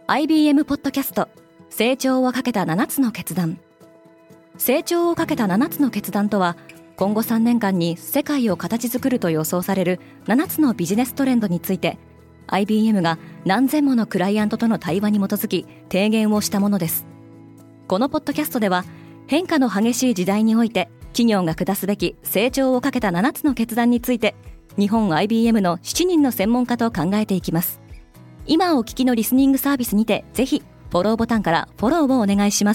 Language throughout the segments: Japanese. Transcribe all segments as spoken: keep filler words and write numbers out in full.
アイビーエム ポッドキャスト成長をかけたななつの決断。成長をかけたななつの決断とは、今後さんねんかんに世界を形作ると予想されるななつのビジネストレンドについて アイビーエム が何千ものクライアントとの対話に基づき提言をしたものです。このポッドキャストでは、変化の激しい時代において企業が下すべき成長をかけたななつの決断について、日本 アイビーエム のしちにんの専門家と考えていきます。今お聞きのリスニングサービスにて、ぜひフォローボタンからフォローをお願いします。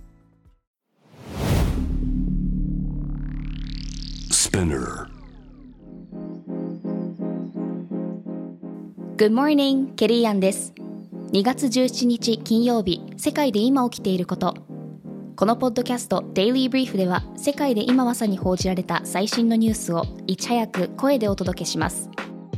Good morning, ケリーアンです。にがつじゅうしちにち金曜日、世界で今起きていること。このポッドキャスト Daily Brief では、世界で今まさに報じられた最新のニュースをいち早く声でお届けします。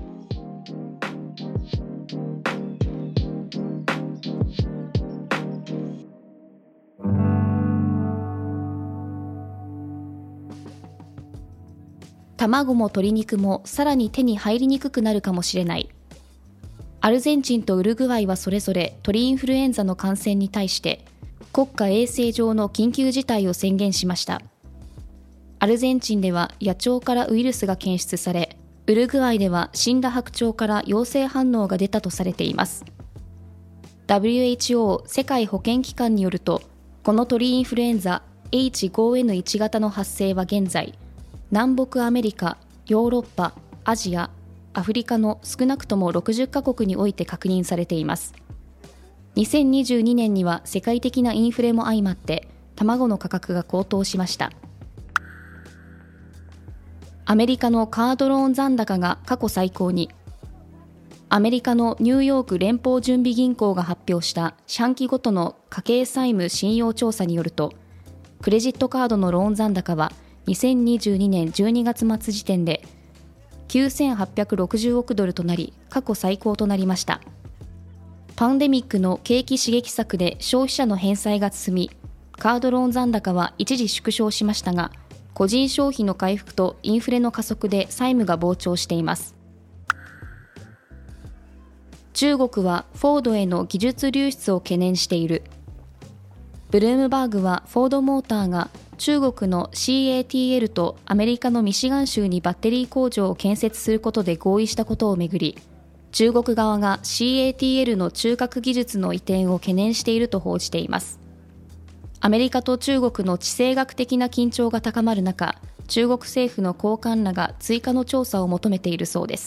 卵も鶏肉もさらに手に入りにくくなるかもしれない。アルゼンチンとウルグアイはそれぞれ鳥インフルエンザの感染に対して国家衛生上の緊急事態を宣言しました。アルゼンチンでは野鳥からウイルスが検出され、ウルグアイでは死んだ白鳥から陽性反応が出たとされています。ダブリューエイチオー 世界保健機関によると、この鳥インフルエンザ エイチファイブエヌワン 型の発生は現在、南北アメリカ、ヨーロッパ、アジア、アフリカの少なくともろくじゅっかこくにおいて確認されています。にせんにじゅうにねんには世界的なインフレも相まって卵の価格が高騰しました。アメリカのカードローン残高が過去最高に。アメリカのニューヨーク連邦準備銀行が発表した四半期ごとの家計債務信用調査によると、クレジットカードのローン残高はにせんにじゅうにねんじゅうにがつ末時点できゅうせんはっぴゃくろくじゅうおくドルとなり、過去最高となりました。パンデミックの景気刺激策で消費者の返済が進み、カードローン残高は一時縮小しましたが、個人消費の回復とインフレの加速で債務が膨張しています。中国はフォードへの技術流出を懸念している。ブルームバーグはフォードモーターが中国の シーエーティーエル とアメリカのミシガン州にバッテリー工場を建設することで合意したことをめぐり、中国側が シーエーティーエル の中核技術の移転を懸念していると報じています。アメリカと中国の地政学的な緊張が高まる中、中国政府の高官らが追加の調査を求めているそうです。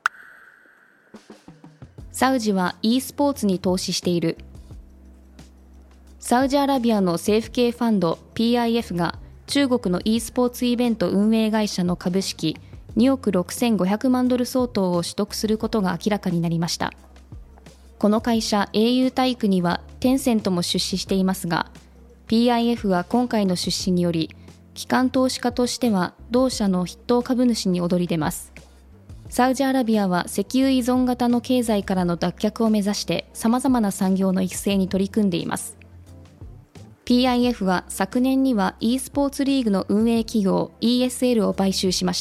サウジは e スポーツに投資している。サウジアラビアの政府系ファンド ピーアイエフ が中国の e スポーツイベント運営会社の株式におくろくせんごひゃくまんドル相当を取得することが明らかになりました。この会社 エーユー 体育にはテンセントも出資していますが、 ピーアイエフ は今回の出資により機関投資家としては同社の筆頭株主に躍り出ます。サウジアラビアは石油依存型の経済からの脱却を目指して様々な産業の育成に取り組んでいます。ピーアイエフ は昨年には e スポーツリーグの運営企業 イーエスエル を買収しました。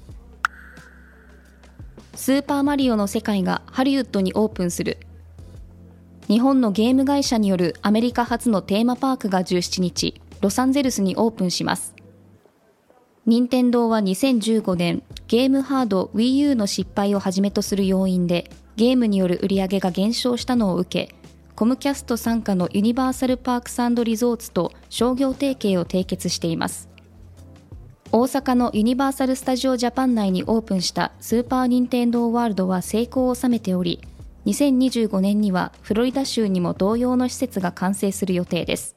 スーパーマリオの世界がハリウッドにオープンする。日本のゲーム会社によるアメリカ初のテーマパークがじゅうしちにち、ロサンゼルスにオープンします。任天堂はにせんじゅうごねん、ゲームハード Wii U の失敗をはじめとする要因で、ゲームによる売り上げが減少したのを受け、コムキャスト傘下のユニバーサルパークス&リゾーツと商業提携を締結しています。大阪のユニバーサル・スタジオ・ジャパン内にオープンしたスーパー・ニンテンドー・ワールドは成功を収めており、にせんにじゅうごねんにはフロリダ州にも同様の施設が完成する予定です。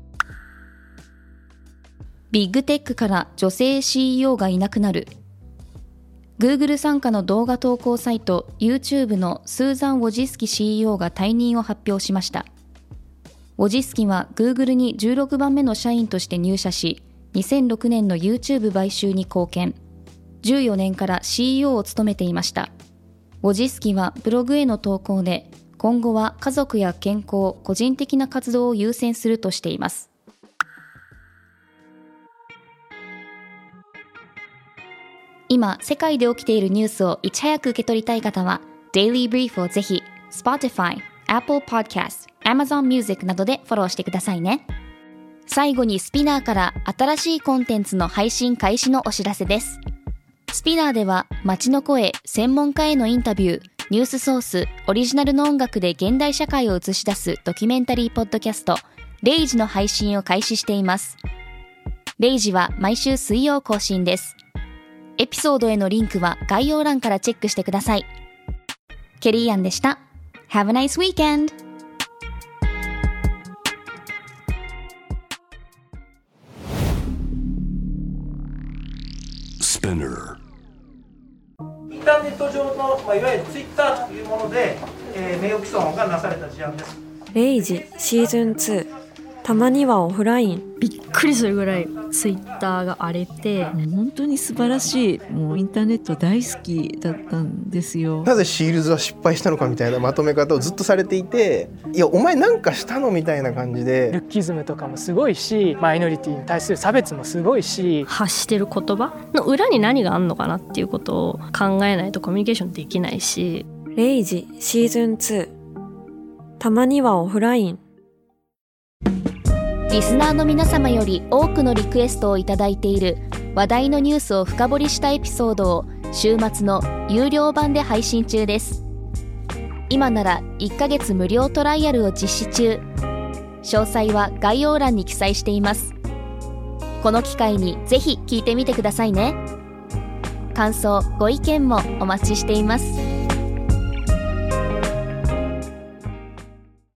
ビッグテックから女性 シーイーオー がいなくなる。Google 傘下の動画投稿サイト YouTube のスーザン・ウォジスキ シーイーオー が退任を発表しました。ウォジスキは Google にじゅうろくばんめの社員として入社し、にせんろくねんの YouTube 買収に貢献。じゅうよねんから シーイーオー を務めていました。ウォジスキはブログへの投稿で、今後は家族や健康、個人的な活動を優先するとしています。今、世界で起きているニュースをいち早く受け取りたい方は、Daily Brief をぜひ、Spotify、 Apple Podcast、Amazon Music などでフォローしてくださいね。最後にスピナーから新しいコンテンツの配信開始のお知らせです。スピナーでは街の声、専門家へのインタビュー、ニュースソース、オリジナルの音楽で現代社会を映し出すドキュメンタリーポッドキャスト、レイジの配信を開始しています。レイジは毎週水曜更新です。エピソードへのリンクは概要欄からチェックしてください。ケリーアンでした。Have a nice weekend! Spinner インターネット上の、まあ、いわゆるツイッターというもので、えー、名誉毀損がなされた事案です。 レイジシーズンツー、たまにはオフライン。 びっくりするぐらいツイッターが荒れて、 本当に素晴らしい、もうインターネット大好きだったんですよ。 なぜシールズは失敗したのかみたいなまとめ方をずっとされていて、いやお前なんかしたのみたいな感じで、 ルッキズムとかもすごいし、マイノリティに対する差別もすごいし、 発してる言葉の裏に何があるのかなっていうことを考えないとコミュニケーションできないし。 レイジシーズンツー、たまにはオフライン。 リスナーの皆様より多くのリクエストをいただいている話題のニュースを深掘りしたエピソードを週末の有料版で配信中です。今ならいっかげつ無料トライアルを実施中。詳細は概要欄に記載しています。この機会にぜひ聞いてみてくださいね。感想、ご意見もお待ちしています。